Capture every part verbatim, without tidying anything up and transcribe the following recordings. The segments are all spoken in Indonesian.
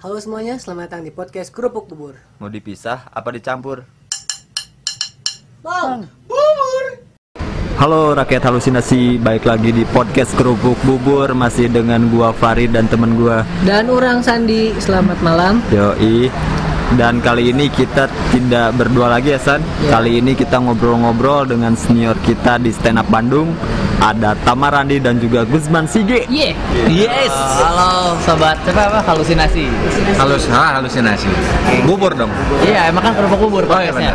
Halo semuanya, selamat datang di podcast Kerupuk Bubur. Mau dipisah apa dicampur? Bang, bubur. Halo rakyat halusinasi, baik lagi di podcast Kerupuk Bubur. Masih dengan gua Farid dan temen gua Dan orang Sandi, selamat malam. Yoi. Dan kali ini kita tidak berdua lagi ya San. Ya. Kali ini kita ngobrol-ngobrol dengan senior kita di stand up Bandung. Ada Tamarandi dan juga Guzman Sige. Yeah. Yes. Halo sobat, siapa apa halusinasi? Halus, ha, halusinasi. Bubur dong. Iya, emang kan kerupuk bubur Oh iya podcastnya. benar.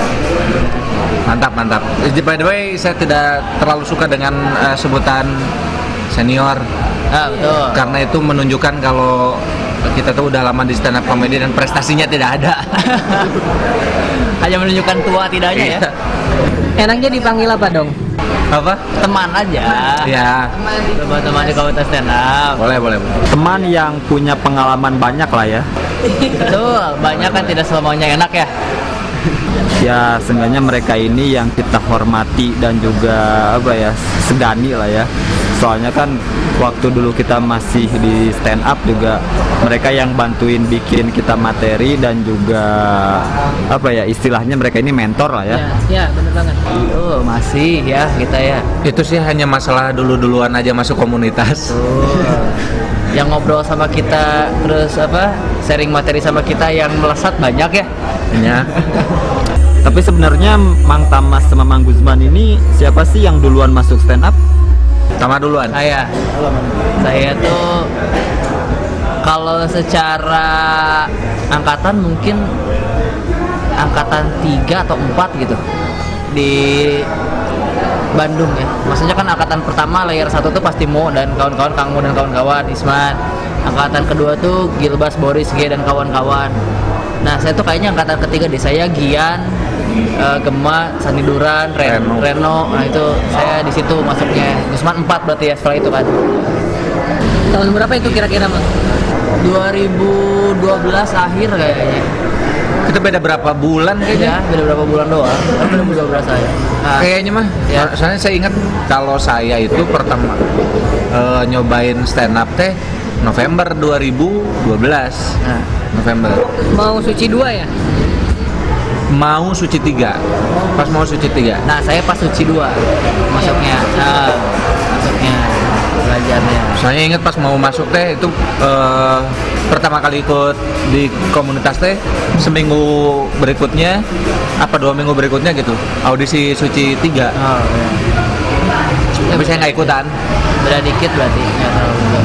Mantap, mantap. Eh, By the way, saya tidak terlalu suka dengan eh, sebutan senior Ah, betul. karena itu menunjukkan kalau kita tuh udah lama di stand up comedy dan prestasinya tidak ada. Hanya menunjukkan tua tidaknya ya. Enaknya dipanggil apa dong? Apa? Teman aja. Ya, Teman-teman di komunitas stand up. boleh, boleh. boleh. Teman yang punya pengalaman banyak lah ya. Betul, banyak kan tidak semuanya enak ya. Ya seenggaknya mereka ini yang kita hormati dan juga apa ya, segani lah ya. Soalnya kan waktu dulu kita masih di stand up juga mereka yang bantuin bikin kita materi dan juga apa ya, istilahnya mereka ini mentor lah ya. Ya, ya bener banget. Oh, masih ya kita ya. Itu sih hanya masalah dulu-duluan aja masuk komunitas. Yang ngobrol sama kita terus apa? Sharing materi sama kita yang melesat banyak ya. Ya. Tapi sebenarnya Mang Tamas sama Mang Guzman ini siapa sih yang duluan masuk stand up? Sama duluan. Saya. Saya tuh kalau secara angkatan mungkin angkatan tiga atau empat gitu di Bandung ya. Maksudnya kan angkatan pertama layer satu tuh pasti Mo dan kawan-kawan, Kang Mo dan kawan-kawan, Isman. Angkatan kedua tuh Gilbas, Boris, G dan kawan-kawan. Nah, saya tuh kayaknya angkatan ketiga deh. Saya Gian, uh, Gema, Sandi Duran, Ren, Reno. Reno. Nah, itu saya di situ masuknya. Gusman empat berarti ya setelah itu kan. Tahun berapa itu kira-kira, Bang? dua ribu dua belas akhir kayaknya. Kita beda berapa bulan kayaknya? Ya, beda berapa bulan doang. Kan dua ribu dua belas saya. Nah, Kayaknya mah, Ya. soalnya saya ingat kalau saya itu pertama eh, nyobain stand up teh November dua ribu dua belas. nah, November. Mau suci dua ya? Mau suci tiga. Pas mau suci tiga. nah, saya pas suci dua masuknya. Nah, masuknya belajarnya. Saya ingat pas mau masuk teh itu eh, pertama kali ikut di komunitas teh seminggu berikutnya apa dua minggu berikutnya gitu audisi suci tiga. Oh, ya. Tapi saya nggak ikutan. Beda dikit berarti nggak terlalu jauh.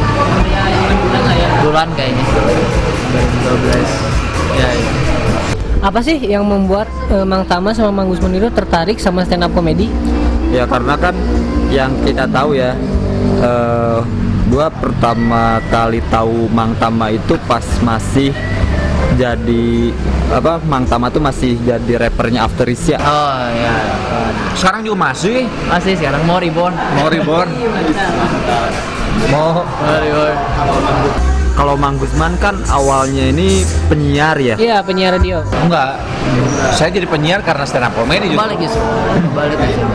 Bulan kayaknya dua ribu dua belas ya, ya. Apa sih yang membuat eh, Mang Tama sama Mang Guzman itu tertarik sama stand up comedy? Ya karena kan yang kita tahu ya, eh, gua pertama kali tahu Mang Tama itu pas masih jadi apa, Mang Tama tuh masih jadi rappernya Afterisya. Oh ya, Sekarang juga masih masih sekarang mau reborn mau reborn. Mau mau reborn. Kalau Mang Guzman kan awalnya ini penyiar ya. Iya, penyiar radio. enggak. Saya jadi penyiar karena stand up comedy juga. Balik justru balik justru.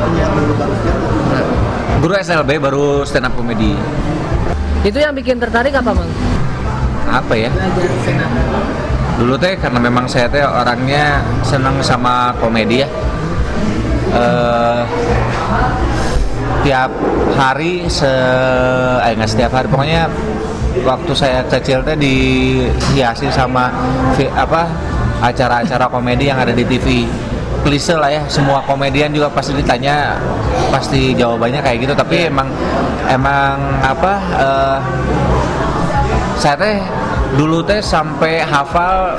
Guru S L B baru stand up comedy. Itu yang bikin tertarik apa, Mang? Apa ya? Dulu teh karena memang saya teh orangnya senang sama komedi ya. Eh, tiap hari se eh nggak setiap hari, pokoknya waktu saya kecil teh dihiasi sama vi- apa acara-acara komedi yang ada di T V. Klise lah ya, semua komedian juga pasti ditanya pasti jawabannya kayak gitu, tapi emang emang apa eh, saya teh dulu teh sampai hafal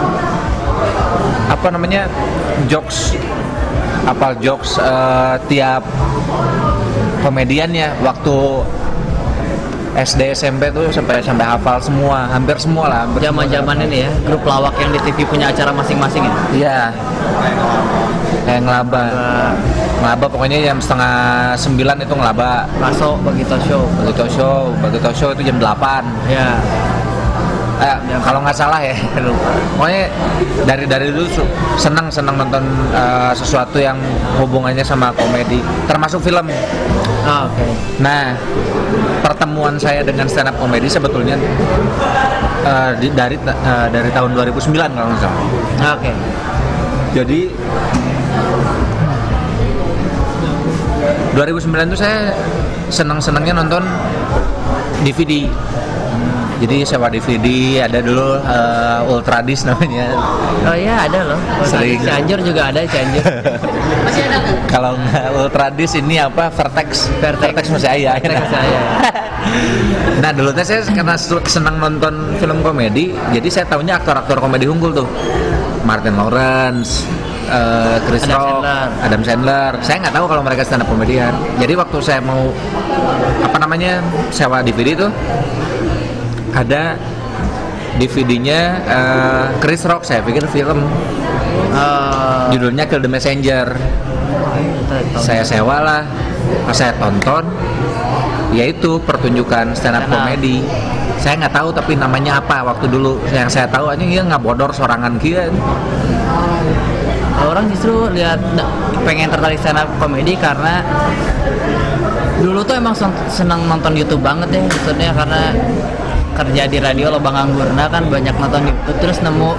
apa namanya jokes hafal jokes eh, tiap komediannya waktu S D S M P tuh sampai sampai hafal semua, hampir semua lah. hampir semua. Zaman-zaman ini ya, grup lawak yang di T V punya acara masing-masing ya. Iya. Kayak ngelaba. Ngelaba pokoknya jam setengah sembilan itu ngelaba. Masuk begitu show. Begitu show, begitu show itu jam delapan. Ya. Eh, kalau nggak salah ya, lupa. Pokoknya dari dari dulu su- senang senang nonton eh, sesuatu yang hubungannya sama komedi, termasuk film. Ah, oke. Nah, pertemuan saya dengan stand up comedy sebetulnya uh, di, dari uh, dari tahun dua ribu sembilan kalau nggak salah. Oke. Jadi dua ribu sembilan tuh saya senang-senangnya nonton D V D. Jadi sewa D V D, ada dulu uh, Ultradis namanya. Oh iya ada loh. Sering. Cianjur juga ada Cianjur. Masih ada. Kalau nggak Ultradis ini apa Vertex? Vertex. Vertex masih ayah. Vertex masih ayah. Nah dulu teh saya karena senang nonton film komedi, jadi saya tahunya aktor-aktor komedi unggul tuh, Martin Lawrence, uh, Chris Adam Rock, Sandler. Adam Sandler. Saya nggak tahu kalau mereka stand up komedian. Jadi waktu saya mau apa namanya sewa D V D tuh ada D V D-nya uh, Chris Rock, saya pikir film. Uh, Judulnya Kill the Messenger. Saya sewa lah, pas saya tonton, yaitu pertunjukan stand up Stand up. komedi. Saya nggak tahu tapi namanya apa waktu dulu. Yang saya tahu aja dia nggak bodor sorangan kia. orang justru lihat da- pengen tertarik stand up komedi karena dulu tuh emang sen- senang nonton YouTube banget ya, maksudnya karena kerja di radio lo bang Anggurna kan banyak nonton YouTube, terus nemu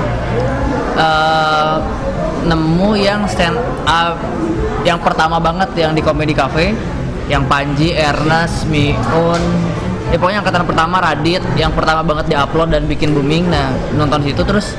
uh, nemu yang stand up yang pertama banget yang di Comedy Cafe, yang Panji, Ernest, Miun, ya pokoknya angkatan pertama Radit yang pertama banget diupload dan bikin booming. Nah nonton situ terus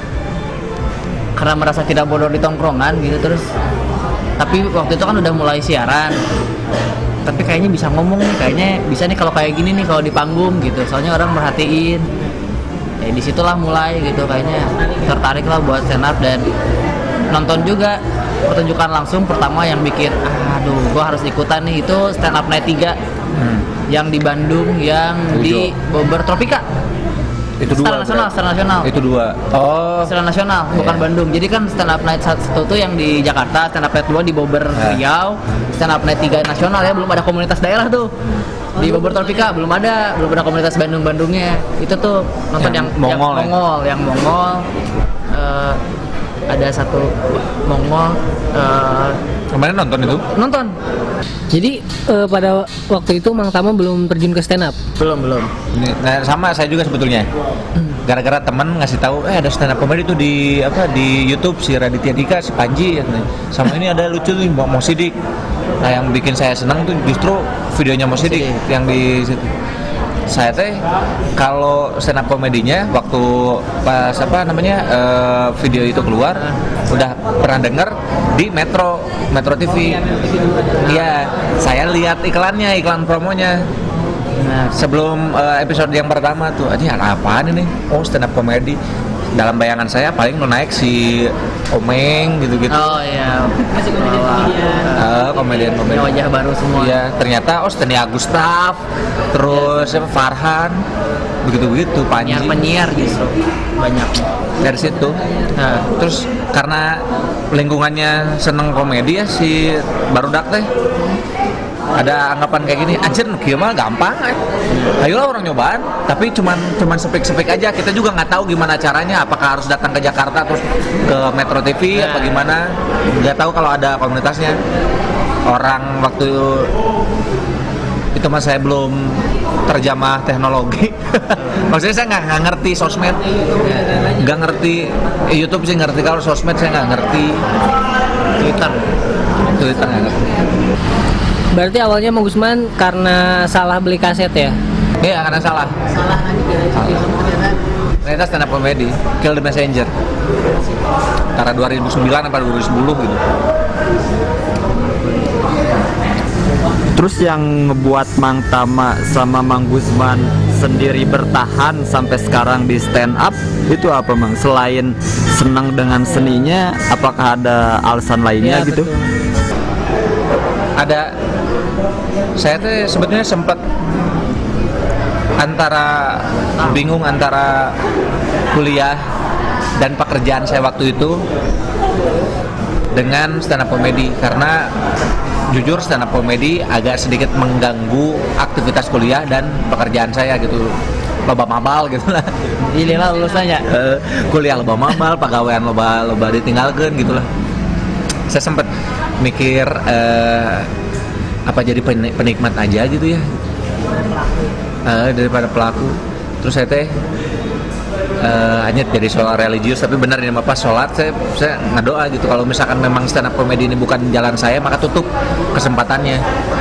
karena merasa tidak bodoh di tongkrongan gitu, terus tapi waktu itu kan udah mulai siaran, tapi kayaknya bisa ngomong nih, kayaknya bisa nih kalau kayak gini nih kalau di panggung gitu, soalnya orang merhatiin. Ya disitulah mulai gitu kayaknya tertarik lah buat stand up dan nonton juga pertunjukan langsung pertama yang bikin aduh gua harus ikutan nih, itu Stand Up Night tiga Hmm. yang di Bandung, yang di Bogor Tropika. Itu dua. Secara nasional, berarti. secara nasional. Itu dua. Oh. Secara nasional, bukan Iya. Bandung. Jadi kan Stand Up Night satu tuh yang di Jakarta, Stand Up Night dua di Bogor Ya. Riau, Stand Up Night tiga nasional ya, belum ada komunitas daerah tuh. Di Bogor Tropika belum ada, belum ada komunitas Bandung-Bandungnya. Itu tuh nonton Yang yang yang Mongol ya? Mongol, yang Mongol. Eh, ada satu Mongol eh, Kemarin nonton itu? nonton. Jadi eh, pada waktu itu Mang Tama belum terjun ke stand up. Belum, belum. Ini, nah, sama saya juga sebetulnya. Gara-gara teman ngasih tahu, eh ada stand up comedy tuh di apa di YouTube si Raditya Dika, si Panji, sama ini ada lucu nih Mo Mo Sidik. Nah yang bikin saya senang tuh justru videonya Mo Sidik yang di situ. Saya teh kalau stand up komedinya waktu pas apa namanya uh, video itu keluar udah pernah dengar di Metro Metro T V. Iya, saya lihat iklannya, iklan promonya. Nah, sebelum uh, episode yang pertama tuh, aja ada apaan ini? Oh, stand up comedy. Dalam bayangan saya paling nu naik si Omeng gitu-gitu. Oh iya. Bawa Uh, komedian-komedian wajah baru semua. Iya, ternyata oh Steny Agustaf, terus siapa Farhan, begitu-begitu Panji. Penyiar-penyiar justru banyak. Dari situ. Nah, Terus karena lingkungannya seneng komedi ya si barudak teh. Ada anggapan kayak gini, anjir kieu mah gampang eh. Ayolah orang nyobaan, tapi cuman cuman sepik-sepik aja. Kita juga nggak tahu gimana caranya, apakah harus datang ke Jakarta terus ke Metro T V apa gimana. Nggak tahu kalau ada komunitasnya. Orang waktu itu mah saya belum terjamah teknologi. Maksudnya saya nggak nggak ngerti sosmed, nggak ngerti YouTube sih ngerti, kalau sosmed saya nggak ngerti. Twitter. Twitter nggak ngerti. Berarti awalnya Mang Gusman karena salah beli kaset ya? Iya karena salah. Salah Ternyata stand up comedy, Kill the Messenger. Antara dua ribu sembilan sampai dua ribu sepuluh gitu. Terus yang ngebuat Mang Tama sama Mang Gusman sendiri bertahan sampai sekarang di stand up itu apa Mang? Selain senang dengan seninya, apakah ada alasan lainnya Ya, gitu? betul. Ada, saya tuh sebetulnya sempat antara bingung antara kuliah dan pekerjaan saya waktu itu dengan stand up comedy, karena jujur stand up comedy agak sedikit mengganggu aktivitas kuliah dan pekerjaan saya gitu, loba mabal gitu lah. Inilah lulusannya. Eh, kuliah loba mabal, pegawaian loba loba ditinggalkan gitulah. Saya sempat mikir eh, apa jadi pen- penikmat aja gitu ya, eh, daripada pelaku. Terus saya teh uh, hanya jadi soal religius, tapi benar ini Bapak sholat saya saya ngedoa gitu kalau misalkan memang stand up comedy ini bukan jalan saya maka tutup kesempatannya.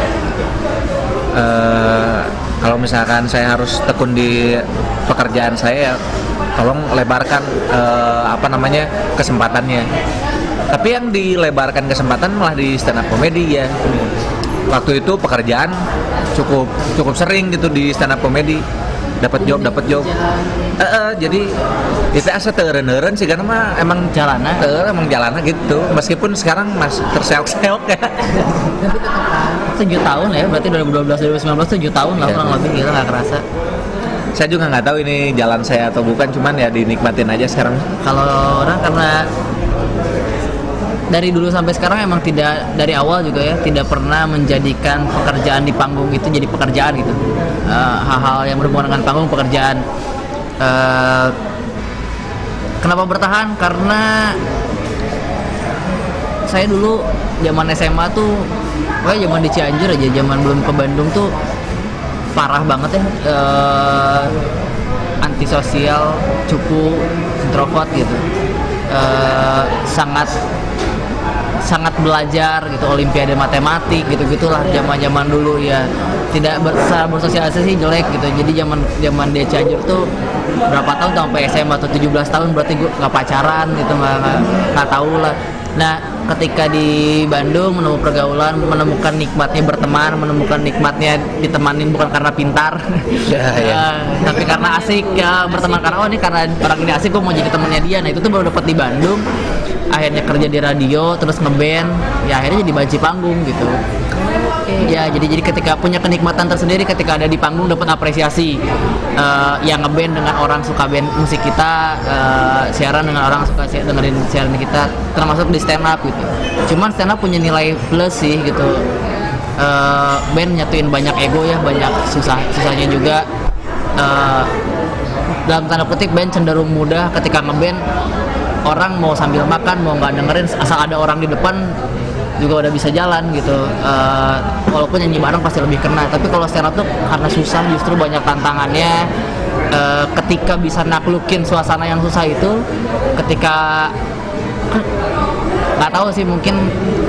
Uh, kalau misalkan saya harus tekun di pekerjaan saya, tolong lebarkan uh, apa namanya kesempatannya. Tapi yang dilebarkan kesempatan malah di stand up comedy ya. Waktu itu pekerjaan cukup cukup sering gitu di stand up comedy, dapat job dapat job. Uh, uh, jadi itu asa teureun-eureun sih karena mah emang Jalana. Teu, emang jalana gitu. Meskipun sekarang masih terseok-seok ya. tujuh tahun ya, berarti dua ribu dua belas dua ribu sembilan belas tujuh tahun lah kurang lebih, gila nggak kerasa. Saya juga nggak tahu ini jalan saya atau bukan, cuman ya dinikmatin aja sekarang. Kalau orang karena dari dulu sampai sekarang emang tidak, dari awal juga ya tidak pernah menjadikan pekerjaan di panggung itu jadi pekerjaan gitu. Uh, hal-hal yang berhubungan dengan panggung pekerjaan. Uh, kenapa bertahan? Karena saya dulu zaman S M A tuh, kayak zaman di Cianjur aja, zaman belum ke Bandung tuh parah banget ya. Uh, antisosial, cupu, introvert gitu. Uh, sangat sangat belajar gitu, olimpiade matematik gitu gitulah zaman-zaman dulu ya. Tidak ber- bersosialisasi sih jelek gitu. Jadi zaman zaman dia Cianjur tuh berapa tahun tuh sampai S M A atau tujuh belas tahun, berarti gue nggak pacaran gitu, nggak nggak tahu lah. Nah, ketika di Bandung menemukan pergaulan, menemukan nikmatnya berteman, menemukan nikmatnya ditemanin bukan karena pintar, Ya, ya. uh, tapi karena asik ya, berteman karena oh ini karena orang ini asik, gue mau jadi temennya dia. Nah itu tuh baru dapat di Bandung. Akhirnya kerja di radio, terus ngeband, ya akhirnya jadi banci panggung gitu. Ya jadi jadi ketika punya kenikmatan tersendiri ketika ada di panggung, dapat apresiasi. Uh, yang ngeband dengan orang suka band musik kita, uh, siaran dengan orang suka si- dengerin siaran kita, termasuk di stand up gitu. Cuman stand up punya nilai plus sih gitu. Uh, band nyatuin banyak ego ya, banyak susah susahnya juga. Uh, dalam tanda kutip band cenderung mudah ketika ngeband. Orang mau sambil makan, mau nggak dengerin, asal ada orang di depan juga udah bisa jalan gitu. Uh, walaupun nyanyi bareng pasti lebih kena. Tapi kalau stand up tuh karena susah, justru banyak tantangannya. Uh, ketika bisa naklukin suasana yang susah itu, ketika nggak tahu sih mungkin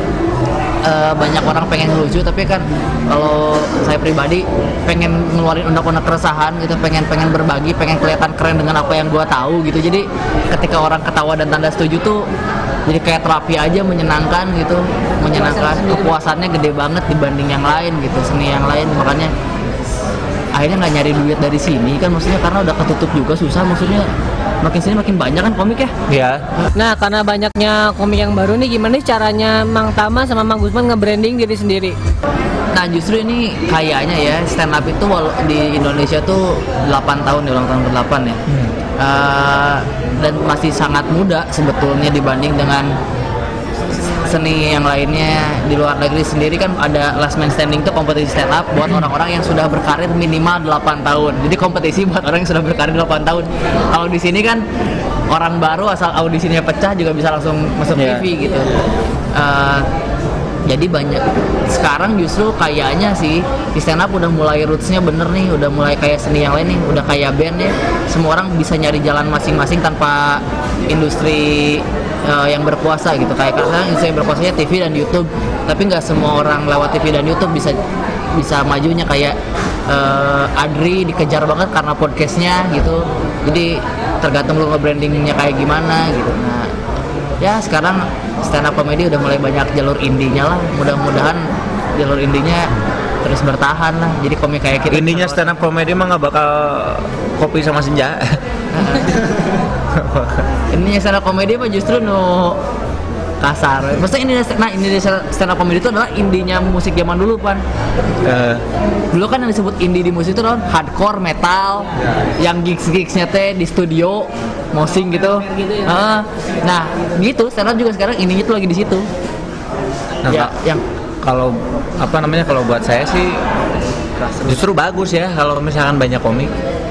uh, banyak orang pengen lucu, tapi kan kalau saya pribadi pengen ngeluarin unek-unek keresahan gitu, pengen pengen berbagi, pengen kelihatan keren dengan apa yang gua tahu gitu. Jadi ketika orang ketawa dan tanda setuju tuh jadi kayak terapi aja, menyenangkan gitu, menyenangkan, kepuasannya gede banget dibanding yang lain gitu, seni yang lain. Makanya akhirnya nggak nyari duit dari sini kan, maksudnya karena udah ketutup juga susah, maksudnya makin sini makin banyak kan komik ya. Ya. Nah, karena banyaknya komik yang baru nih, gimana nih caranya Mang Tama sama Mang Gusman nge-branding diri sendiri? Nah justru ini kayaknya ya stand up itu wal- di Indonesia tuh delapan tahun, di ulang tahun ke-delapan ya. Hmm. Uh, dan masih sangat muda sebetulnya dibanding dengan seni yang lainnya. Di luar negeri sendiri kan ada Last Man Standing itu kompetisi stand up buat orang-orang yang sudah berkarir minimal delapan tahun. Jadi kompetisi buat orang yang sudah berkarir delapan tahun. Kalau di sini kan orang baru asal audisinya pecah juga bisa langsung masuk Yeah. T V gitu. Uh, jadi banyak sekarang justru kayaknya sih di stand up udah mulai rootsnya bener nih, udah mulai kayak seni yang lain nih, udah kayak band ya. Semua orang bisa nyari jalan masing-masing tanpa industri uh, yang berkuasa gitu. Kayak karena industri yang berkuasanya T V dan YouTube, tapi nggak semua orang lewat T V dan YouTube bisa bisa majunya kayak uh, Adri dikejar banget karena podcastnya gitu. Jadi tergantung lu nge-brandingnya kayak gimana gitu. Nah ya sekarang stand up comedy udah mulai banyak jalur indinya lah, mudah-mudahan jalur indinya terus bertahan lah, jadi komik kayak kita Intinya stand up comedy mah nggak bakal kopi sama senja. ininya stand up comedy mah justru no kasar. Maksudnya ini nah ini stand up comedy itu adalah indinya musik zaman dulu kan. Eh, Dulu kan yang disebut indie di musik itu kan hardcore metal, yang gigs-gigsnya teh di studio, mosing gitu. Ah, nah, gitu stand up juga sekarang ininya tuh lagi di situ. Nah, Ya, yang kalau apa namanya kalau buat saya sih justru bagus ya kalau misalkan banyak komik.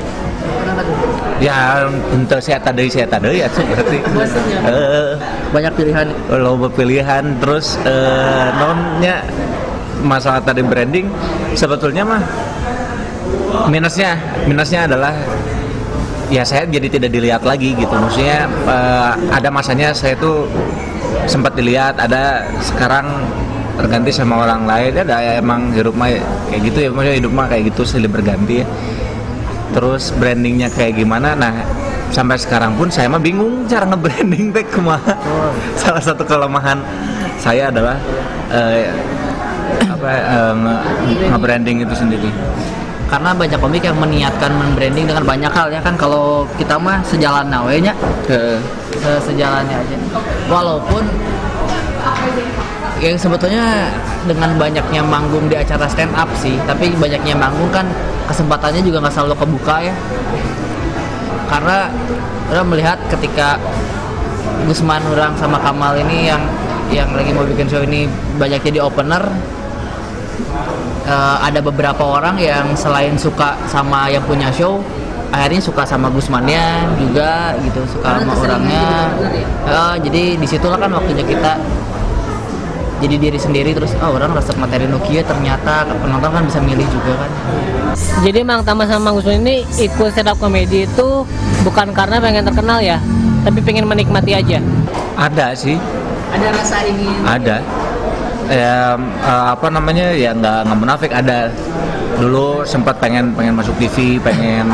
Ya untuk saya tadi saya tadi ya berarti eh, banyak pilihan. lo berpilihan terus eh, nonnya masalah tadi branding sebetulnya mah minusnya minusnya adalah ya saya jadi tidak dilihat lagi gitu. Maksudnya uh, ada masanya saya tuh sempat dilihat, ada sekarang terganti sama orang lain. Ada ya, emang hidup mah kayak gitu ya, maksudnya hidup mah kayak gitu silih berganti ya. Terus brandingnya kayak gimana? Nah sampai sekarang pun saya mah bingung cara nge-branding teh kumaha. Salah satu kelemahan saya adalah uh, apa uh, nge-branding itu sendiri. Karena banyak komik yang meniatkan men-branding dengan banyak hal ya kan. Kalau kita mah sejalan nawenya Ke se- sejalannya aja, walaupun yang sebetulnya dengan banyaknya manggung di acara stand up sih, tapi banyaknya manggung kan kesempatannya juga nggak selalu kebuka ya. Karena orang melihat ketika Gusman orang sama Kamal ini yang yang lagi mau bikin show ini banyak jadi opener, uh, ada beberapa orang yang selain suka sama yang punya show, akhirnya suka sama Gusmannya juga gitu, suka sama orangnya. Uh, jadi disitulah kan waktunya kita jadi diri sendiri, terus oh orang resep materi Nokia, ternyata penonton kan bisa milih juga kan. Jadi Mang Tama sama Mang Gusman ini ikut stand up comedy itu bukan karena pengen terkenal ya, tapi pengen menikmati aja. ada sih, Ada rasa ingin. ada. Ya, eh, apa namanya ya nggak nggak munafik, ada. Dulu sempat pengen pengen masuk T V, pengen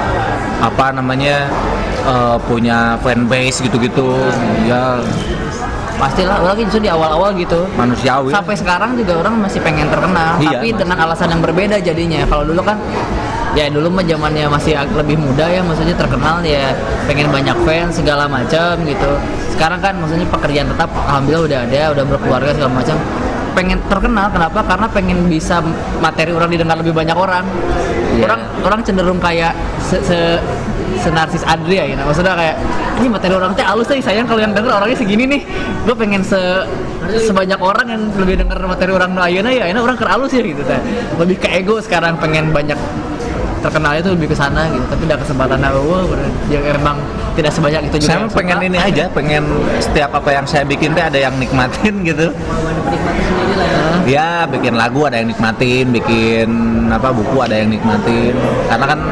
apa namanya eh, punya fanbase gitu-gitu. Ya Pastilah orang justru di awal-awal gitu. manusiawi. Sampai sekarang juga orang masih pengen terkenal, Iya. tapi dengan alasan yang berbeda jadinya. Kalau dulu kan ya dulu mah zamannya masih ag- lebih muda ya, maksudnya terkenal ya pengen banyak fans segala macam gitu. Sekarang kan maksudnya pekerjaan tetap alhamdulillah udah ada, udah berkeluarga segala macam. Pengen terkenal kenapa? Karena pengen bisa materi orang didengar lebih banyak orang. Iya. Orang orang cenderung kayak se, se senarsis Adri ya gitu. Maksudnya kayak ini materi orang teh halus sih, sayang kalau yang denger orangnya segini nih. Gue pengen se sebanyak orang yang lebih denger materi orang nu ayeuna ya, enak orang keur halus ya gitu teh. Lebih ke ego sekarang, pengen banyak terkenalnya itu lebih ke sana gitu. Tapi udah kesempatan wow, yang emang tidak sebanyak itu juga. Saya yang mah pengen suka. ini aja, pengen setiap apa yang saya bikin teh ada yang nikmatin gitu. Menikmati sendiri lah ya. Ya bikin lagu ada yang nikmatin, bikin apa buku ada yang nikmatin. Karena kan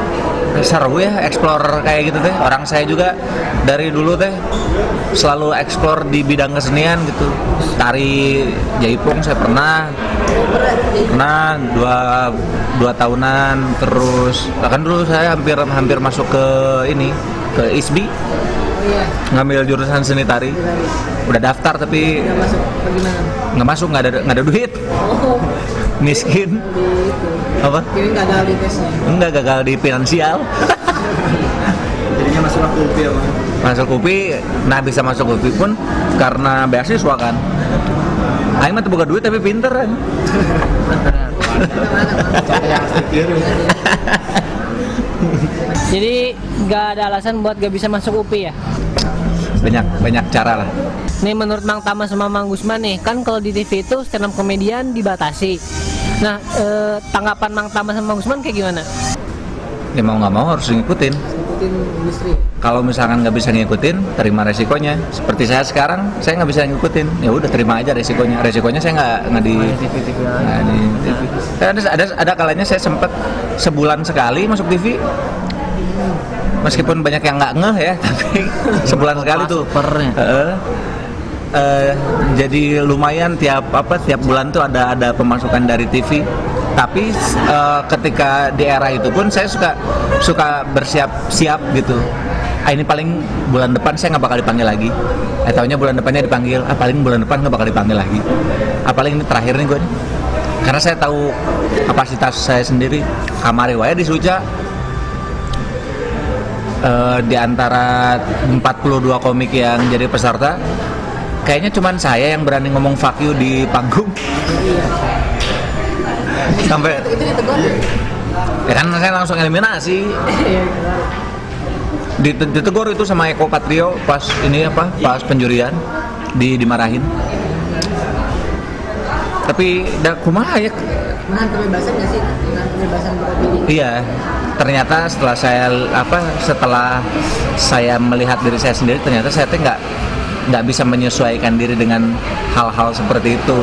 seru ya explore kayak gitu teh. Orang saya juga dari dulu teh selalu explore di bidang kesenian gitu. Tari jaipong saya pernah pernah dua dua tahunan. Terus bahkan dulu saya hampir hampir masuk ke ini ke I S B I, ngambil jurusan seni tari. Udah daftar tapi nggak masuk, nggak ada nggak ada duit, miskin. Apa? Ini gagal di tesnya. Enggak, gagal di finansial. Jadinya masuk ke U P ya, Bang. Masuk U P I, nah bisa masuk U P I pun karena beasiswa kan. Aing mah tuh buka duit tapi pinter kan. Jadi nggak ada alasan buat gak bisa masuk U P I ya. Banyak banyak cara lah. Nih menurut Mang Tama sama Mang Gusman nih, kan kalau di T V itu stand up komedian dibatasi. Nah, eh, tanggapan Mang Tama sama Mang Gusman kayak gimana? Ya mau nggak mau harus ngikutin. Ikutin industri. Kalau misalkan nggak bisa ngikutin, terima resikonya. Seperti saya sekarang, saya nggak bisa ngikutin. Ya udah terima aja resikonya. Resikonya saya nggak nggak di T V T V nggak di T V. Saya ada ada ada kalanya saya sempat sebulan sekali masuk T V. Meskipun banyak yang nggak ngeh ya, tapi sebulan sekali tuh. Supernya. Heeh. Eh, jadi lumayan tiap apa tiap bulan tuh ada ada pemasukan dari T V. Tapi eh, ketika di era itu pun saya suka suka bersiap-siap gitu. Ah, ini paling bulan depan saya nggak bakal dipanggil lagi. Eh taunya bulan depannya dipanggil. Ah paling bulan depan nggak bakal dipanggil lagi. Ah paling ini terakhir nih gue nih. Karena saya tahu kapasitas saya sendiri. Kamari wae di Suca. Eh, di antara empat puluh dua komik yang jadi peserta, kayaknya cuman saya yang berani ngomong fuck you di panggung. Sampai ya kan saya langsung eliminasi. Dit- ditegur itu sama Eko Patrio pas ini apa pas penjurian di dimarahin. Tapi dah kumaha ya. Menahan kebebasan nggak sih? Menahan kebebasan beropini. Iya, ternyata setelah saya apa setelah saya melihat diri saya sendiri, ternyata saya tuh nggak nggak bisa menyesuaikan diri dengan hal-hal seperti itu.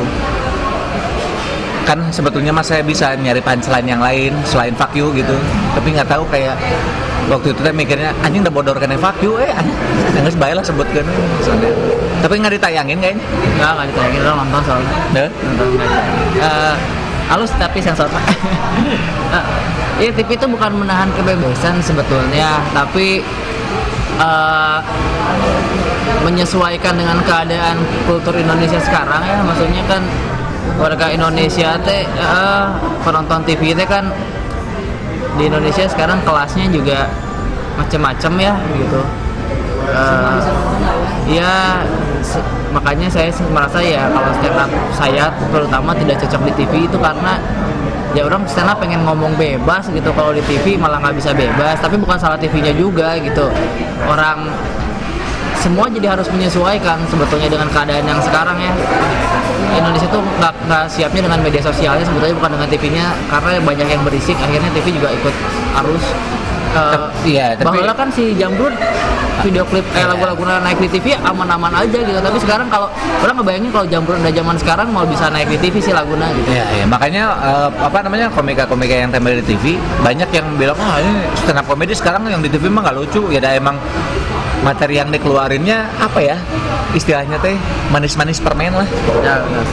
Kan sebetulnya mas saya bisa nyari punchline yang lain selain fuck you gitu, tapi nggak tahu kayak waktu itu teh mikirnya anjing udah bodor kan fuck you eh nggak sebaik lah sebutkan tapi nggak ditayangin kayaknya Enggak, enggak ditayangin, orang nonton soalnya. deh Nonton enggak ditayangin. Eh, halus tapi sensor. Eh, ya T V itu bukan menahan kebebasan sebetulnya, tapi eh, menyesuaikan dengan keadaan kultur Indonesia sekarang ya. Maksudnya kan warga Indonesia teh eh, penonton T V teh kan di Indonesia sekarang kelasnya juga macam-macam ya gitu. Uh, ya se- makanya saya sih merasa ya kalau stand up saya terutama tidak cocok di T V itu karena ya orang stand up pengen ngomong bebas gitu, kalau di T V malah nggak bisa bebas, tapi bukan salah T V-nya juga gitu. Orang semua jadi harus menyesuaikan sebetulnya dengan keadaan yang sekarang ya. Indonesia tuh nggak nggak siapnya dengan media sosialnya sebetulnya, bukan dengan T V-nya, karena banyak yang berisik akhirnya T V juga ikut arus. Uh, iya, tapi bahwa kan si Jamrud video klip eh lagu-lagu naik di T V aman-aman aja gitu, tapi sekarang kalau orang ngebayangin kalau Jamrud udah zaman sekarang mau bisa naik di T V sih laguna gitu. ya, ya makanya uh, apa namanya komika-komika yang tampil di T V banyak yang bilang ah ini stand up comedy sekarang yang di T V mah nggak lucu ya, ada emang materi yang dikeluarinnya apa ya istilahnya teh manis-manis permen lah Ya, ya.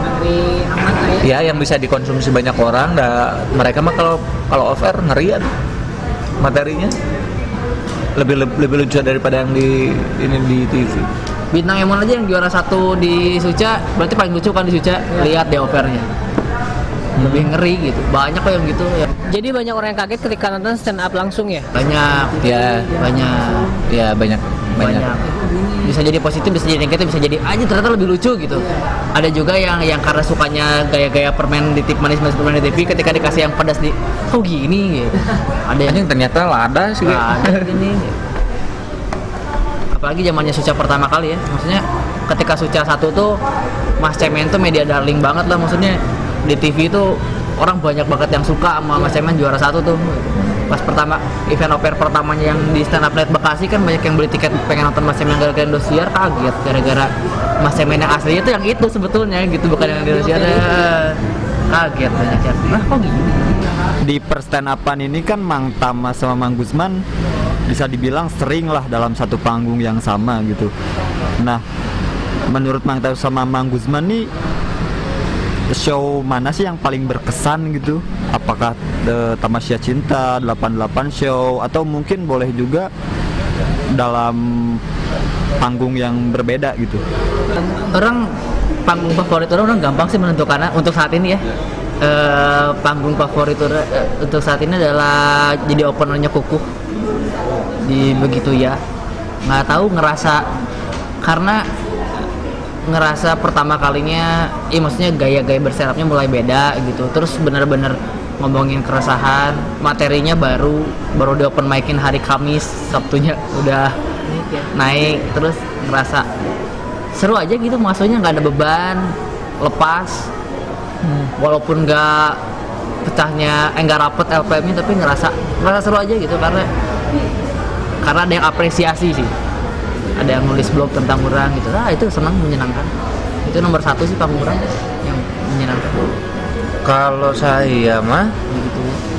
ya yang bisa dikonsumsi banyak orang. Dah mereka mah kalau kalau over ngerian materinya lebih lebih, lebih lucu daripada yang di ini di T V. Bintang Emon aja yang juara satu di Suca berarti paling lucu kan di Suca, lihat deh overnya lebih ngeri gitu, banyak kok yang gitu ya. Jadi banyak orang yang kaget ketika nonton stand up langsung ya. Banyak Ya banyak ya banyak banyak. banyak bisa jadi positif, bisa jadi negatif, bisa jadi aja ternyata lebih lucu gitu. Ada juga yang yang karena sukanya gaya-gaya permen di tip manis-manis permen di T V, ketika dikasih yang pedas di kok gini gitu. Ada yang Anjing ternyata lada sih. nggak ada gini. Apalagi zamannya Suca pertama kali ya, maksudnya ketika Suca satu tuh Mas Cemen tuh media darling banget lah, maksudnya di T V itu orang banyak banget yang suka sama Mas Cemen juara satu tuh. Pas pertama event oper pertamanya yang di Stand Up Night Bekasi kan banyak yang beli tiket pengen nonton Mas Cemen gara-gara Indosiar, kaget gara-gara Mas Cemen yang aslinya tuh yang itu sebetulnya gitu, bukan yang di Indosiar. Kaget banyak yang nah kok gini. Di per stand upan ini kan Mang Tama sama Mang Gusman bisa dibilang sering lah dalam satu panggung yang sama gitu. Nah, menurut Mang Tama sama Mang Gusman nih, show mana sih yang paling berkesan gitu? Apakah The Tamasya Cinta, delapan puluh delapan Show, atau mungkin boleh juga dalam panggung yang berbeda gitu? Orang panggung favorit orang, orang gampang sih menentukannya untuk saat ini ya. E, panggung favorit orang e, untuk saat ini adalah jadi openernya Kukuh di Begitu Ya. Nggak tahu, ngerasa karena ngerasa pertama kalinya, iya maksudnya gaya-gaya berserapnya mulai beda gitu. Terus bener-bener ngomongin keresahan, materinya baru baru di open mic-in hari Kamis, Sabtunya udah naik, terus ngerasa seru aja gitu, maksudnya nggak ada beban, lepas, hmm. walaupun nggak pecahnya, eh nggak rapet L P M-nya, tapi ngerasa ngerasa seru aja gitu, karena karena ada yang apresiasi sih, ada yang nulis blog tentang orang gitu, ah itu senang, menyenangkan. Itu nomor satu sih panggung orang yang menyenangkan. Kalau saya mah Begitu.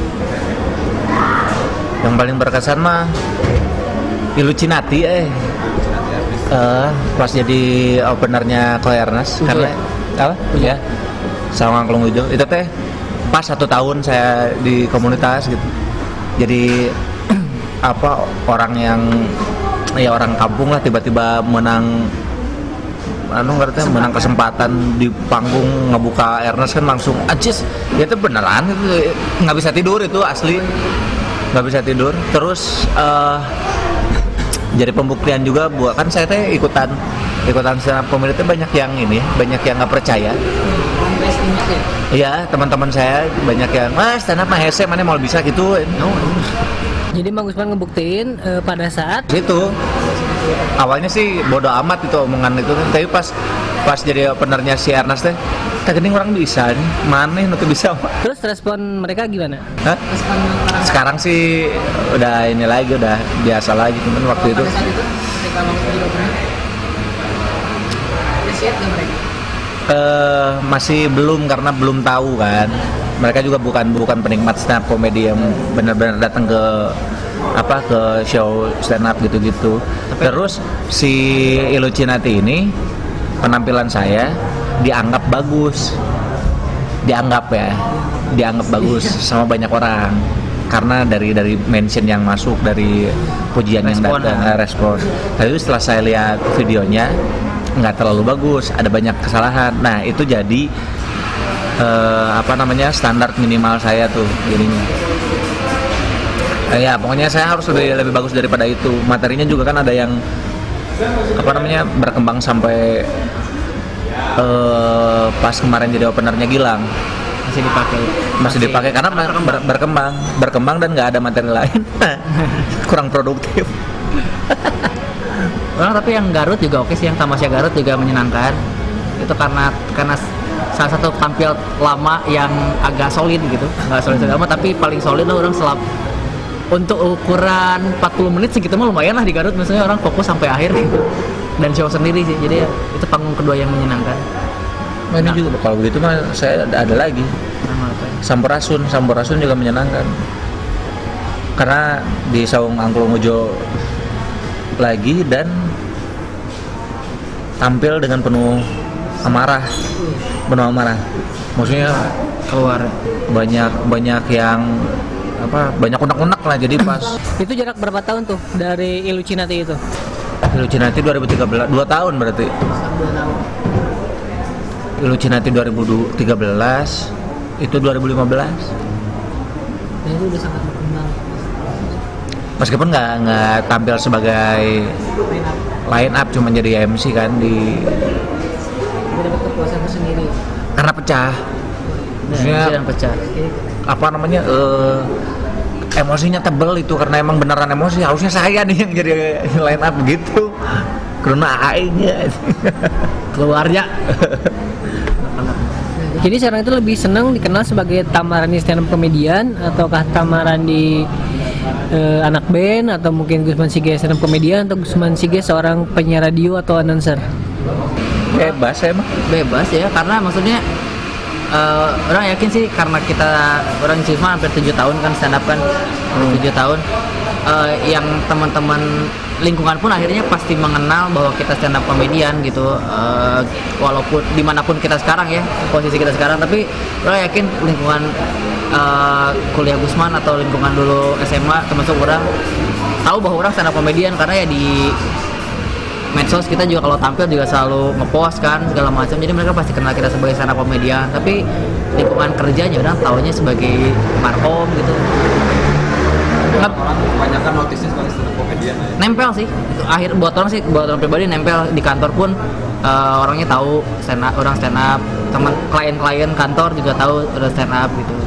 yang paling berkesan mah Illuminati eh uh, pas jadi openernya Koernas Ujo karena ya? apa ya sama Angklung Ujo itu teh pas satu tahun saya di komunitas gitu, jadi apa orang yang ya orang kampung lah tiba-tiba menang anu ngerti menang kesempatan di panggung ngebuka Ernest kan langsung ajis ya itu beneran itu nggak bisa tidur, itu asli nggak bisa tidur. Terus uh, jadi pembuktian juga buat kan saya teh ikutan ikutan stand up comedy banyak yang ini banyak yang nggak percaya. Iya teman-teman saya banyak yang mas stand up mah hese mana mau bisa gitu. No. Jadi Mang Gusman ngebuktiin eh, pada saat Itu awalnya sih bodo amat itu omongan itu kan, tapi pas pas jadi openernya si Ernest teh tak gini orang bisa nih mana yang tuh bisa. terus respon mereka gimana? Hah? Sekarang sih udah ini lagi udah biasa lagi, cuman waktu itu eh masih belum karena belum tahu kan, mereka juga bukan bukan penikmat stand up comedy yang benar-benar datang ke apa ke show stand up gitu-gitu. Terus si Illuminati ini penampilan saya dianggap bagus, dianggap ya, dianggap bagus sama banyak orang karena dari dari mention yang masuk, dari pujian yang Respon, datang, ya. eh, respon. Tapi setelah saya lihat videonya nggak terlalu bagus, ada banyak kesalahan. Nah itu jadi eh, apa namanya standar minimal saya tuh jadinya. Eh, ya pokoknya saya harus lebih lebih bagus daripada itu. Materinya juga kan ada yang apa namanya berkembang sampai eh, pas kemarin jadi openernya Gilang Masih dipakai. masih dipakai karena ber- berkembang berkembang dan nggak ada materi lain. Kurang produktif. Orang tapi yang Garut juga oke sih, yang Tamasya Garut juga menyenangkan. Itu karena karena salah satu tampil lama yang agak solid gitu, nggak solid solid amat tapi paling solid lah orang selap. Untuk ukuran empat puluh menit segitu mah lumayan lah di Garut, misalnya orang fokus sampai akhir gitu. Dan show sendiri sih, jadi ya, itu panggung kedua yang menyenangkan. Nah, ini juga kalau begitu mah saya ada, ada lagi Nama apa ya? Sampurasun. Sampurasun juga menyenangkan karena di Saung Angklung Ujo lagi dan tampil dengan penuh amarah, penuh amarah. Maksudnya Keluar. banyak banyak yang apa banyak unek-unek lah, jadi pas Itu jarak berapa tahun tuh dari Illuminati itu? Illuminati dua ribu tiga belas, dua tahun berarti. Illuminati dua ribu tiga belas, itu dua ribu lima belas. Dan itu udah sangat berkembang. Meskipun nggak nggak tampil sebagai line up, cuma jadi M C kan di Gue dapat kepuasan tersendiri. karena pecah. Maksudnya Dan pecah. apa namanya eh, emosinya tebel itu karena emang beneran emosi. Harusnya saya nih yang jadi line up gitu karena A I-nya Keluarnya. Jadi sekarang itu lebih senang dikenal sebagai Tamarani stand up comedian ataukah Tamarani eh, anak band, atau mungkin Gusman Sige stand up comedian, atau Gusman Sige seorang penyiar radio atau announcer? bebas saya mah. Bebas ya, karena maksudnya eh, orang yakin sih karena kita orang di Cisma hampir tujuh tahun kan stand up kan, tujuh tahun eh, yang teman-teman lingkungan pun akhirnya pasti mengenal bahwa kita stand up comedian gitu, eh, walaupun dimanapun kita sekarang ya posisi kita sekarang, tapi orang yakin lingkungan eh, kuliah Gusman atau lingkungan dulu S M A termasuk orang tahu bahwa orang stand up comedian karena ya di medsos kita juga kalau tampil juga selalu ngepost kan segala macam, jadi mereka pasti kenal kita sebagai stand up comedian. Tapi lingkungan kerjanya orang taunya sebagai markom gitu. Nggak, Orang kebanyakan notisnya sebagai stand up comedian ya. nempel sih itu akhir buat orang sih, buat orang pribadi nempel di kantor pun eh, orangnya tahu stand up, orang stand up, teman klien-klien kantor juga tahu udah stand up gitu.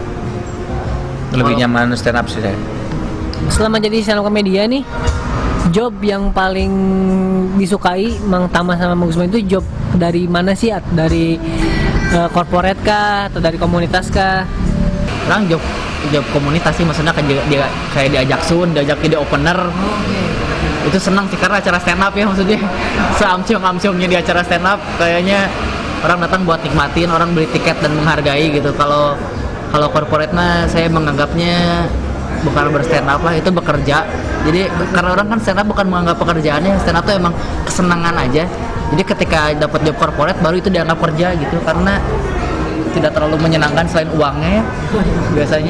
Lebih Kalau- nyaman stand up sih saya. Selama jadi stand up comedian nih, job yang paling disukai Mang Tama sama Mang Gusman itu job dari mana sih? At? Dari eh, corporate kah atau dari komunitas kah? Orang job job komunitas sih, maksudnya kan dia, dia kayak diajak sun, diajak jadi opener. Itu senang sih karena acara stand up ya, maksudnya seamciong-amciongnya di acara stand up kayaknya orang datang buat nikmatin, orang beli tiket dan menghargai gitu. Kalau kalau corporate mah saya menganggapnya bukan berstand up lah, itu bekerja. Jadi karena orang kan stand up bukan menganggap pekerjaannya, stand up tuh emang kesenangan aja. Jadi ketika dapat job corporate baru itu dianggap kerja gitu, karena tidak terlalu menyenangkan selain uangnya ya biasanya.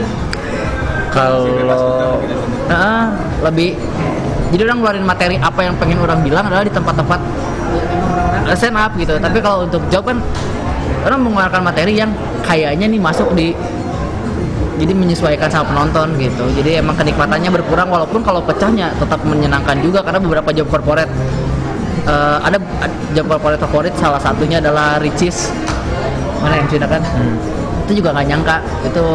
Kalau Nah, lebih jadi orang ngeluarin materi apa yang pengen orang bilang adalah di tempat-tempat eh, stand up gitu. Tapi kalau untuk job kan orang mengeluarkan materi yang kayaknya nih masuk di, jadi menyesuaikan sama penonton gitu. Jadi emang kenikmatannya berkurang, walaupun kalau pecahnya tetap menyenangkan juga karena beberapa job corporate eh, ada ad- job corporate favorit, salah satunya adalah Ricis, mana yang Cina kan. Itu juga nggak nyangka itu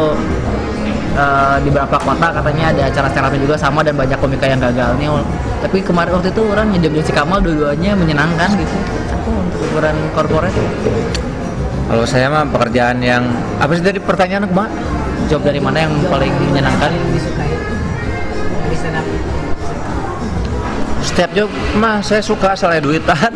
eh, di beberapa kota katanya ada acara stand up-nya juga sama dan banyak komika yang gagal nih. Tapi kemarin waktu itu orang nyejob si Kamal, dua-duanya menyenangkan gitu. Aku untuk ukuran corporate kalau saya mah pekerjaan yang apa sih tadi pertanyaan Mbak? job dari mana yang paling menyenangkan? Setiap job mah saya suka asal ada duitan.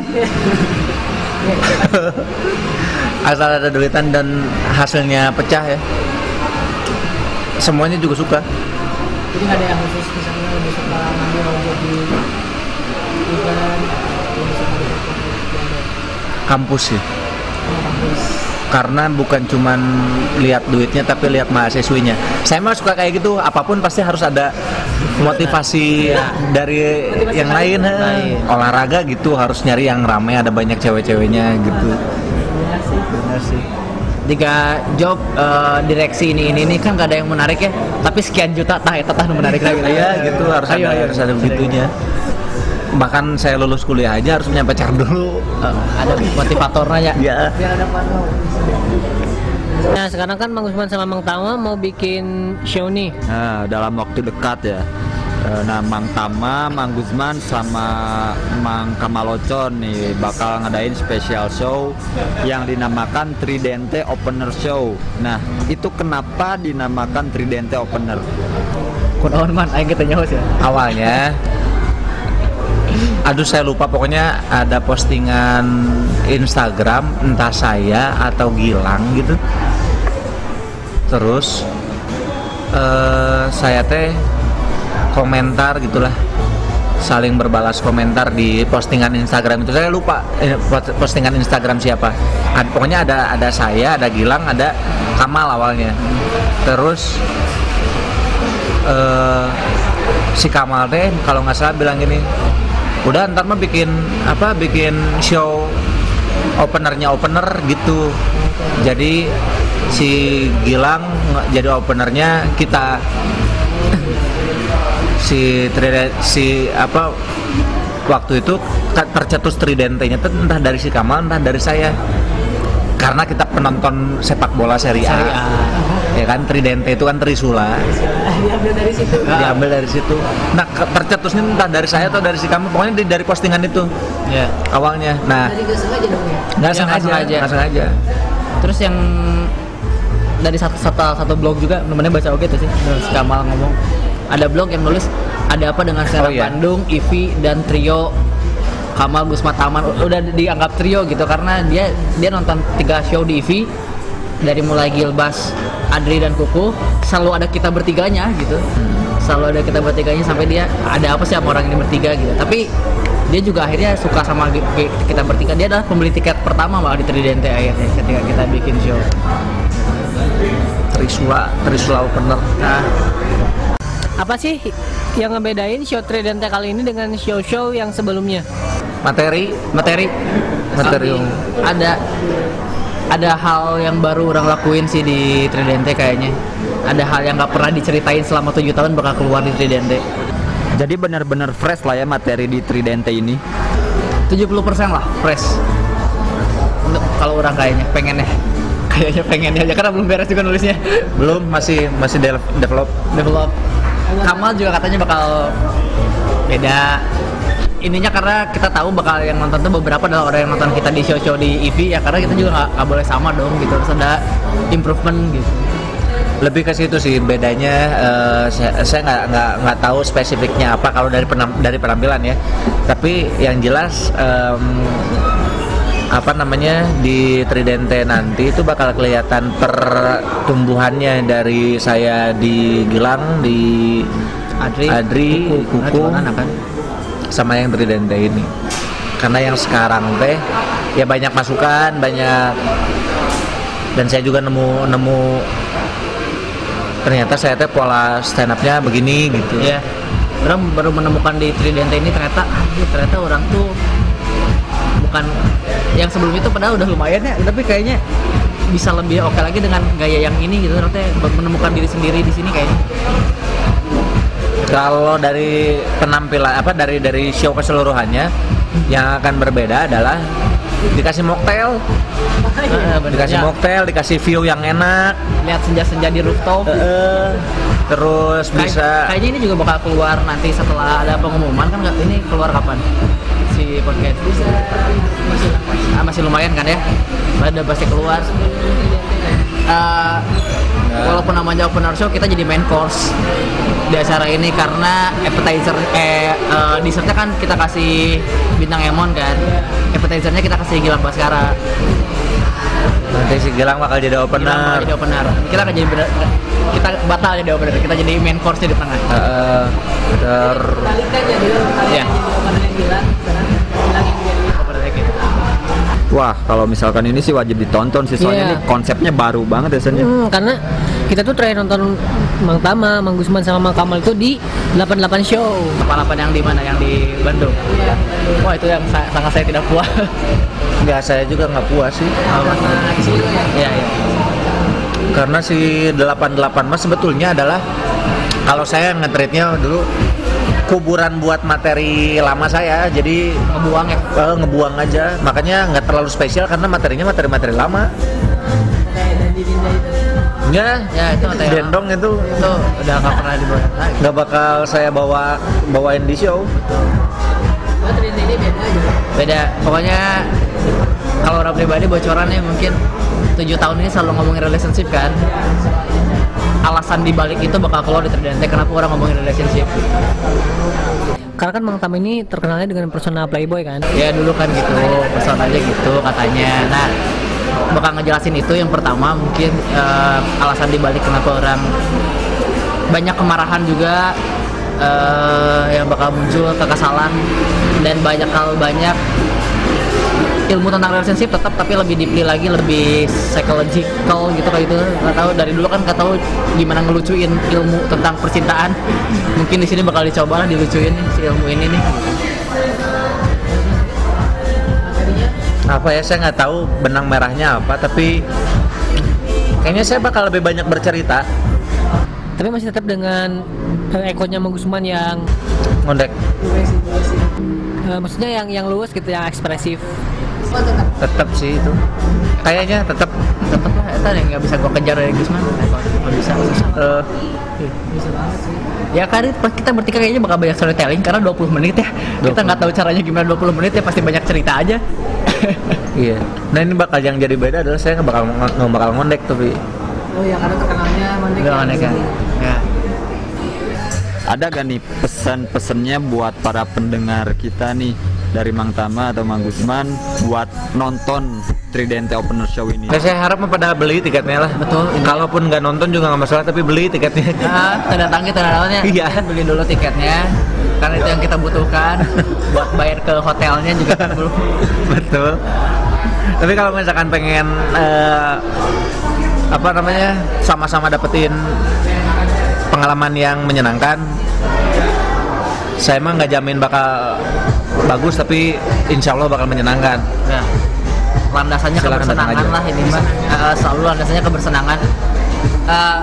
Asal ada duitan dan hasilnya pecah ya. Semuanya juga suka. Jadi nggak ada yang khusus misalnya lebih suka ngambil job di event, lebih suka di Kampus sih. kampus. Karena bukan cuman lihat duitnya tapi lihat mahasiswinya. Saya mah suka kayak gitu, apapun pasti harus ada motivasi dari Motivasi yang lain, lain. ha. Olahraga gitu harus nyari yang ramai, ada banyak cewek-ceweknya gitu. Benar sih. Benar sih. Jika job eh, direksi ini ini ini kan gak ada yang menarik ya, tapi sekian juta tah eta tah nu menarik lagi. Iya gitu harus Ayo, ada ayo. harus ada begitunya. Bahkan saya lulus kuliah aja harus punya pacar dulu. Eh, ada motivatornya ya. Ya. Biar ada partner. Nah sekarang kan Mang Usman sama Mang Tama mau bikin show nih. Nah, dalam waktu dekat ya. Eh, Nah, Mang Tama, Mang Guzman sama Mang Kamalocon nih bakal ngadain special show yang dinamakan Tridente Opener Show. Nah, itu kenapa dinamakan Tridente Opener? Kunaon man aing kita nyaho sih. Awalnya aduh saya lupa, pokoknya ada postingan Instagram entah saya atau Gilang gitu, terus eh, saya teh komentar gitulah, saling berbalas komentar di postingan Instagram itu. Saya lupa eh, postingan Instagram siapa. Ad, pokoknya ada ada saya, ada Gilang, ada Kamal awalnya. Terus eh, si Kamal teh kalau nggak salah bilang gini, udah ntar mah bikin apa bikin show openernya opener gitu. Jadi si Gilang nge- jadi openernya kita. si tride, si apa waktu itu kan tercetus tridentenya itu entah dari si Kamal entah dari saya, karena kita penonton sepak bola Serie A, Serie A. ya kan. Tridente itu kan Trisula, Diambil dari situ. diambil dari situ. Nah ke- tercetusnya entah dari saya atau dari si Kamal, pokoknya di- dari postingan itu Ya. awalnya. Nah Jadi gak sengaja dong ya. nggak Ya, sengaja, nggak sengaja. nggak sengaja. Terus yang dari satu satu, satu blog juga namanya baca oke tuh sih. Terus Kamal ngomong ada blog yang nulis ada apa dengan stand up Oh, iya. Bandung, Ivi dan trio Kamal Gusma Taman udah dianggap trio gitu karena dia dia nonton tiga show di Ivi dari mulai Gilbas, Adri dan Kuku selalu ada kita bertiganya gitu. Selalu ada kita bertiganya sampai dia ada apa sih sama orang ini bertiga gitu. Tapi dia juga akhirnya suka sama gi- gi- kita bertiga. Dia adalah pembeli tiket pertama malah di Tridente akhirnya ketika kita bikin show. Trisula, Trisula opener. Nah, Apa sih yang ngebedain show Tridente kali ini dengan show-show yang sebelumnya? Materi, materi materi. ada ada hal yang baru orang lakuin sih di Tridente kayaknya. Ada hal yang nggak pernah diceritain selama tujuh tahun bakal keluar di Tridente. Jadi benar-benar fresh lah ya materi di Tridente ini. tujuh puluh persen lah fresh. Untuk kalau orang kayaknya pengennya kayaknya pengennya aja karena belum beres juga nulisnya. Belum, masih masih de- develop. Develop. Kamal juga katanya bakal beda. Ininya karena kita tahu bakal yang nonton tuh beberapa adalah orang yang nonton kita di show-show di E V ya, karena kita juga nggak nggak boleh sama dong gitu, harus ada improvement gitu. Lebih ke situ sih bedanya. eh, saya saya nggak nggak nggak tahu spesifiknya apa kalau dari penam, dari penampilan ya. Tapi yang jelas em, apa namanya di Tridente nanti itu bakal kelihatan pertumbuhannya dari saya di Gilang, di Adri, Adri, Kuku, Kuku, karena anak kan. sama yang Tridente ini. Karena yang sekarang teh ya banyak masukan, banyak, dan saya juga nemu nemu ternyata saya teh pola stand up-nya begini gitu. Ya, orang baru menemukan di Tridente ini ternyata, aduh, ternyata orang tuh bukan yang sebelum itu padahal udah lumayan ya, tapi kayaknya bisa lebih oke lagi dengan gaya yang ini gitu. Ternyata baru menemukan diri sendiri di sini kayaknya. Kalau dari penampilan apa dari dari show keseluruhannya yang akan berbeda adalah dikasih mocktail, Eh, bener. dikasih Ya, mocktail, dikasih view yang enak, lihat senja-senja di rooftop. eh, terus Kay- bisa kayaknya ini juga bakal keluar nanti setelah ada pengumuman kan, nggak, ini keluar kapan si podcast ah, masih lumayan kan ya, ada pasti keluar. Eh, walaupun namanya opener show, kita jadi main course di acara ini karena appetizer eh eh, dessertnya kan kita kasih bintang Emon kan, appetizernya kita kasih Gilang Baskara. Nanti si Gilang bakal jadi Gilang opener. bakal jadi opener. Kita nggak jadi bener, kita batal jadi opener. Kita jadi main force di tengah. Uh, ter Balikan jadi Iya. openernya Gilang, sekarang Gilang yang jadi Openernya gitu. Wah, kalau misalkan ini sih wajib ditonton sih, soalnya Iya. ini konsepnya baru banget ya Sen, ya. Hmm, karena kita tuh terakhir nonton Mang Tama, Mang Gusman sama Mang Kamal itu di delapan puluh delapan show. Kepala yang di mana? Yang di Bandung. Iya. Wah itu yang sa- sangat saya tidak puas. nggak, saya juga nggak puas sih. Sama Cisilo ya. Iya iya. Karena si delapan puluh delapan mas sebetulnya adalah, kalau saya nge-treatnya dulu kuburan buat materi lama saya, jadi Ngebuang ya. eh, ngebuang aja. Makanya nggak terlalu spesial karena materinya materi-materi lama. Kayak Dandi Dinda itu. Ya, Ya itu materi lama. Dendong itu Itu udah nggak pernah dibawa. nggak bakal saya bawa bawain di show. Oh, Trinity ini beda aja. Beda. Pokoknya kalau orang pribadi bocorannya mungkin tujuh tahun ini selalu ngomongin relationship kan. Alasan dibalik itu bakal keluar di Tridente kenapa orang ngomongin relationship. Karena kan Mang Tama ini terkenalnya dengan personal playboy kan. Ya dulu kan gitu, personalnya gitu katanya. Nah, bakal ngejelasin itu yang pertama mungkin eh, alasan dibalik kenapa orang banyak kemarahan juga eh, yang bakal muncul, kekesalan dan banyak hal banyak ilmu tentang relationship tetap tapi lebih deeply lagi, lebih psychological gitu kayak gitu. Nggak tahu dari dulu kan nggak tahu gimana ngelucuin ilmu tentang percintaan. Mungkin di sini bakal dicoba lah dilucuin nih, si ilmu ini nih. Apa ya, saya nggak tahu benang merahnya apa, tapi kayaknya saya bakal lebih banyak bercerita. Tapi masih tetap dengan eh, ekornya Mang Gusman yang Ngondek eh, maksudnya yang yang luas gitu, yang ekspresif. tetap sih itu. Kayaknya tetap Tetep lah, itu yang nggak bisa gua kejar dari Gusman. Nggak bisa, susah. eh, Bisa banget sih. Ya kan kita bertiga kayaknya bakal banyak storytelling karena dua puluh menit ya. Kita nggak tahu caranya gimana dua puluh menit ya, pasti banyak cerita aja. iya. Nah ini bakal yang jadi beda adalah saya nggak bakal nggak bakal ngondek tapi Oh ya, karena terkenalnya Mandek. Udah aneh kan. Ya. Ada gak nih pesan-pesannya buat para pendengar kita nih dari Mang Tama atau Mang Gusman buat nonton Tridente Opener Show ini? nah, saya harap pada beli tiketnya lah. Betul. Kalaupun nggak nonton juga nggak masalah, tapi beli tiketnya. Nah, tanda tangan tanda tangannya. Iya. Kita beli dulu tiketnya karena itu yang kita butuhkan buat bayar ke hotelnya juga belum. Betul. Tapi kalau misalkan pengen eh, apa namanya sama-sama dapetin pengalaman yang menyenangkan, saya emang nggak jamin bakal bagus, tapi insya Allah bakal menyenangkan. Nah, landasannya Silakan kebersenangan datang aja. lah ini mah. Eh, selalu landasannya kebersenangan. Eh,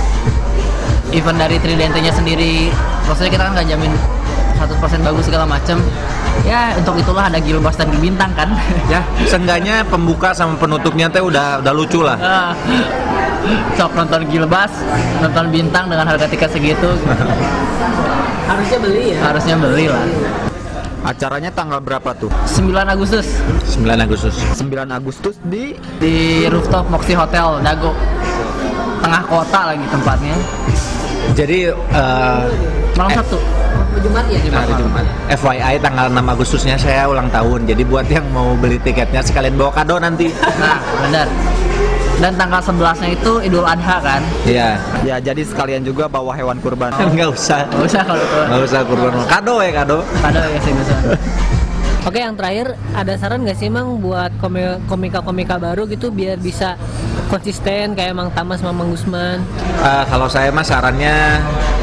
event dari Tridente-nya sendiri, maksudnya kita kan nggak jamin seratus persen bagus segala macem. Ya untuk itulah ada Gilbas dan Bintang kan. Ya, seenggaknya pembuka sama penutupnya teh udah udah lucu lah. Ah, sok nonton Gilbas, nonton Bintang dengan harga tiket segitu, Harusnya beli ya. harusnya beli lah. Acaranya tanggal berapa tuh? sembilan Agustus sembilan Agustus. sembilan Agustus di di rooftop Moxie Hotel Dago, tengah kota lagi tempatnya. Jadi eh, Malam eh, Sabtu. Jumat ya. hari Jumat. F Y I tanggal enam Agustusnya saya ulang tahun. Jadi buat yang mau beli tiketnya sekalian bawa kado nanti. Nah, benar. Dan tanggal sebelasnya itu Idul Adha kan? Iya. ya, jadi sekalian juga bawa hewan kurban. Nggak usah. Gak usah kalau itu. Nggak usah kurban. Kado ya kado. Kado ya sih bisa. Oke, yang terakhir ada saran nggak sih Mang buat komi- komika-komika baru gitu biar bisa konsisten kayak Mang Tama sama Mang Gusman? Eh, kalau saya mah sarannya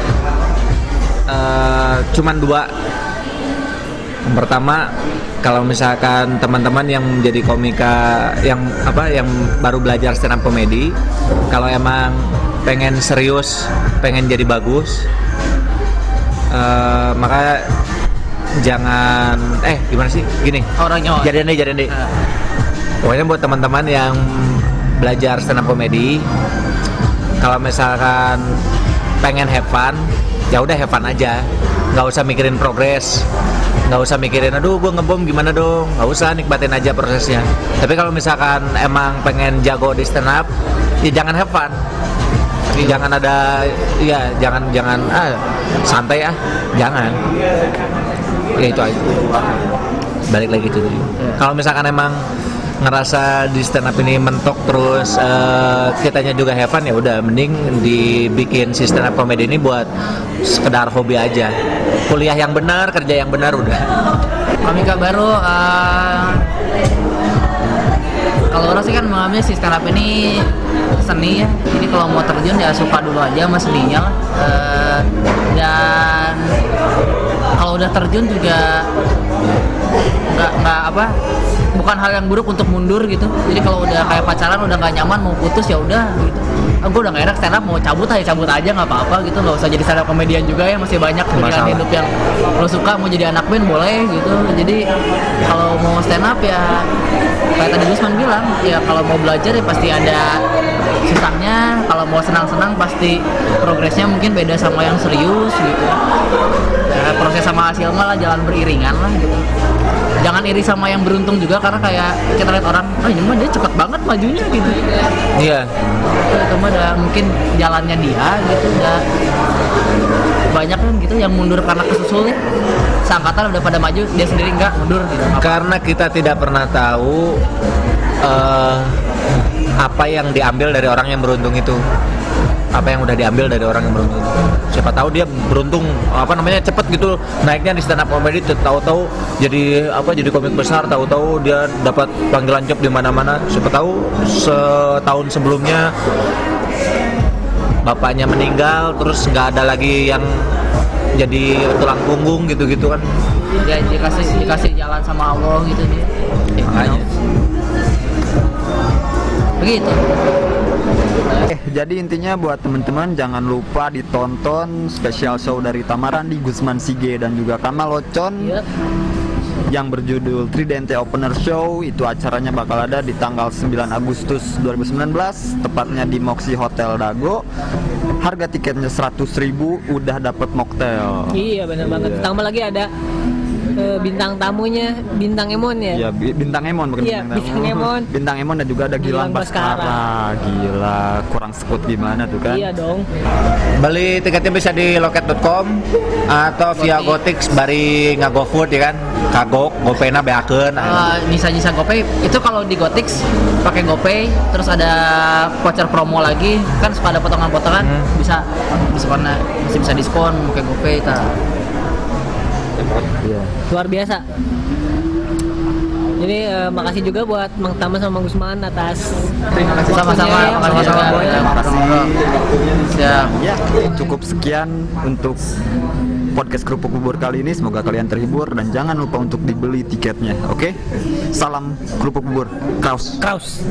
eh, cuman dua. Yang pertama, kalau misalkan teman-teman yang menjadi komika yang apa yang baru belajar stand up comedy, kalau emang pengen serius, pengen jadi bagus, eh, maka jangan eh gimana sih gini Orangnya. jadian deh jadian deh Nah, pokoknya buat teman-teman yang belajar stand up comedy, kalau misalkan pengen have fun, ya udah have fun aja, nggak usah mikirin progres, nggak usah mikirin aduh gue ngebom gimana dong, nggak usah, nikmatin aja prosesnya. Tapi kalau misalkan emang pengen jago di stand up, ya jangan have fun, jangan ada ya jangan jangan ah santai ah jangan, ya itu aja, balik lagi itu tadi. Kalau misalkan emang ngerasa di stand up ini mentok terus eh, kitanya juga have fun, ya udah mending dibikin si stand up comedy ini buat sekedar hobi aja. Kuliah yang benar, kerja yang benar udah. Komika baru, eh, kalau orang sih kan mengambil si stand up ini seni ya, jadi kalau mau terjun ya suka dulu aja sama seninya lah. Eh, dan kalau udah terjun juga nggak nggak apa bukan hal yang buruk untuk mundur gitu. Jadi kalau udah kayak pacaran udah nggak nyaman mau putus ya udah gitu. Ah, gue udah nggak enak stand up, mau cabut aja cabut aja nggak apa-apa gitu, nggak usah jadi stand up komedian juga ya, masih banyak pilihan hidup yang lo suka. Mau jadi anak band boleh gitu. Jadi kalau mau stand up ya kayak tadi Gusman bilang ya, kalau mau belajar ya pasti ada susahnya, kalau mau senang-senang pasti progresnya mungkin beda sama yang serius gitu ya, proses sama hasil malah jalan beriringan lah gitu. Jangan iri sama yang beruntung juga, karena kayak kita lihat orang, oh ini mah dia cepet banget majunya gitu. Iya. Itu mah udah mungkin jalannya dia gitu, udah banyak kan gitu yang mundur karena kesusul ya. Seangkatan udah pada maju, dia sendiri enggak mundur gitu. Apa? Karena kita tidak pernah tahu eh, apa yang diambil dari orang yang beruntung itu, apa yang udah diambil dari orang yang beruntung itu. Siapa tahu dia beruntung apa namanya cepet gitu naiknya di stand up comedy, tahu-tahu jadi apa jadi komik besar, tahu-tahu dia dapat panggilan job di mana-mana. Siapa tahu setahun sebelumnya bapaknya meninggal, terus nggak ada lagi yang jadi tulang punggung gitu-gitu kan. Dia dikasih dikasih jalan sama Allah gitu dia. Ya, makanya. Begitu. Eh, jadi intinya buat teman-teman jangan lupa ditonton special show dari Tamarandi, Gusman Sige dan juga Kamal Ocon Iya. yang berjudul Tridente Opener Show. Itu acaranya bakal ada di tanggal sembilan Agustus dua ribu sembilan belas, tepatnya di Moxie Hotel Dago. Harga tiketnya seratus ribu, udah dapat mocktail. Iya benar banget. Iya. Ditambah lagi ada eh, bintang tamunya, bintang Emon ya. Iya, bi- bintang Emon bukan Iya, bintang tamu. bintang Emon. Bintang Emon dan juga ada Gilang Gilang Baskara. Baskara. Gila, kurang sekut gimana tuh kan? Iya dong. Beli tiketnya bisa di loket dot com atau via Gotix bari ngagofood ya kan. Kagok, gopena beakeun. Uh, bisa bisa GoPay itu kalau di Gotix pakai GoPay, terus ada voucher promo lagi kan, suka ada potongan-potongan, Hmm. bisa diskonnya masih bisa diskon pakai GoPay ta. Iya. Luar biasa. Jadi eh, makasih juga buat Mang Tama sama Mang Gusman atas Sama-sama, waktunya ya. makasih juga. Boy. Ya, ngobrol-ngobrol. Siap. Ya, cukup sekian untuk podcast Kerupuk Bubur kali ini. Semoga kalian terhibur dan jangan lupa untuk dibeli tiketnya. Oke? Salam Kerupuk Bubur. Kraus. Kraus.